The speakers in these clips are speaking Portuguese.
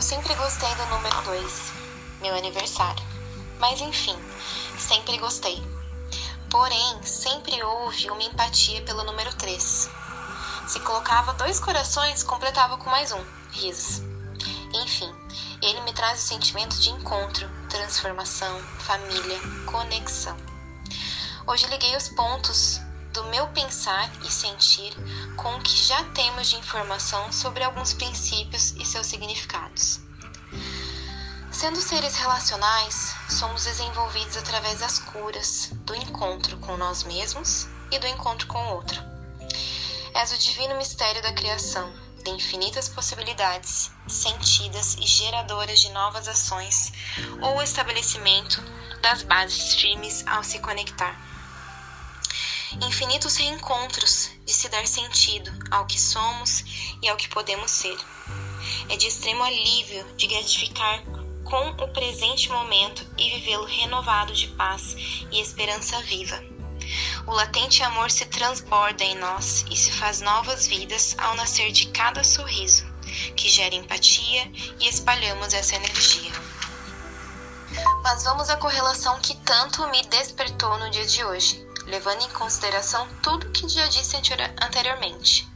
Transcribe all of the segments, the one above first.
sempre gostei do número 2, meu aniversário. Mas enfim, sempre gostei. Porém, sempre houve uma empatia pelo número 3. Se colocava 2 corações, completava com mais um, risos. Enfim, ele me traz o sentimento de encontro, transformação, família, conexão. Hoje liguei os pontos do meu pensar e sentir com o que já temos de informação sobre alguns princípios e seus significados. Sendo seres relacionais, somos desenvolvidos através das curas, do encontro com nós mesmos e do encontro com o outro. És o divino mistério da criação, de infinitas possibilidades, sentidas e geradoras de novas ações ou estabelecimento das bases firmes ao se conectar. Infinitos reencontros de se dar sentido ao que somos e ao que podemos ser. É de extremo alívio de gratificar com o presente momento e vivê-lo renovado de paz e esperança viva. O latente amor se transborda em nós e se faz novas vidas ao nascer de cada sorriso, que gera empatia e espalhamos essa energia. Mas vamos à correlação que tanto me despertou no dia de hoje, levando em consideração tudo que já disse anteriormente.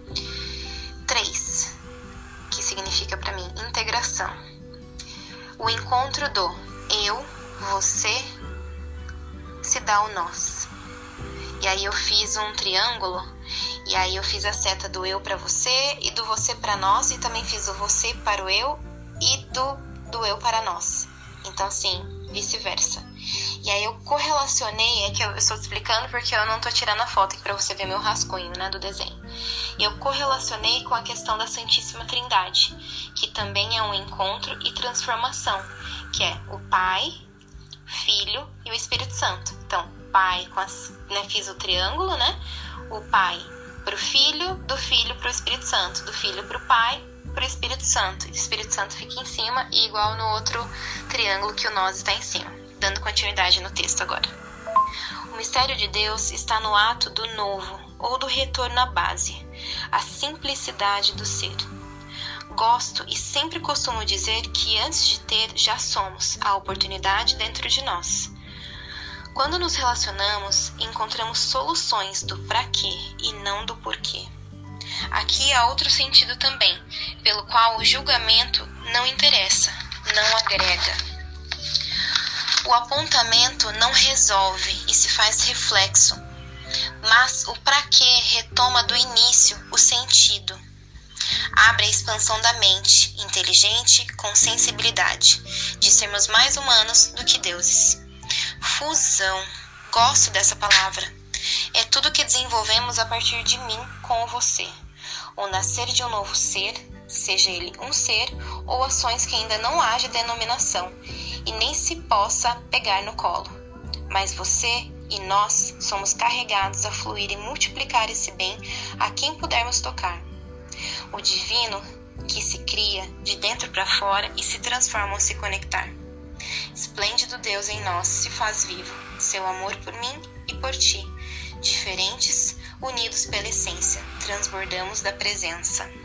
3, que significa para mim integração. O encontro do eu, você, se dá o nós. E aí eu fiz um triângulo, e aí eu fiz a seta do eu para você e do você para nós, e também fiz o você para o eu e do eu para nós. Então assim, vice-versa. E aí eu correlacionei, é que eu estou explicando porque eu não estou tirando a foto aqui para você ver meu rascunho, né, do desenho. E eu correlacionei com a questão da Santíssima Trindade, que também é um encontro e transformação, que é o Pai, Filho e o Espírito Santo. Então, Pai, fiz o triângulo, né? O Pai para o Filho, do Filho para o Espírito Santo, do Filho para o Pai, para o Espírito Santo. O Espírito Santo fica em cima e igual no outro triângulo que o nós está em cima. Dando continuidade no texto agora. O mistério de Deus está no ato do novo ou do retorno à base, a simplicidade do ser. Gosto e sempre costumo dizer que antes de ter, já somos a oportunidade dentro de nós. Quando nos relacionamos, encontramos soluções do pra quê e não do porquê. Aqui há outro sentido também, pelo qual o julgamento não interessa, não agrega. O apontamento não resolve e se faz reflexo, mas o pra quê retoma do início o sentido. Abre a expansão da mente, inteligente, com sensibilidade, de sermos mais humanos do que deuses. Fusão, gosto dessa palavra. É tudo que desenvolvemos a partir de mim com o você. O nascer de um novo ser, seja ele um ser ou ações que ainda não haja denominação e nem se possa pegar no colo. Mas você e nós somos carregados a fluir e multiplicar esse bem a quem pudermos tocar. O divino que se cria de dentro para fora e se transforma ao se conectar. Esplêndido Deus em nós se faz vivo, seu amor por mim e por ti. Diferentes, unidos pela essência, transbordamos da presença.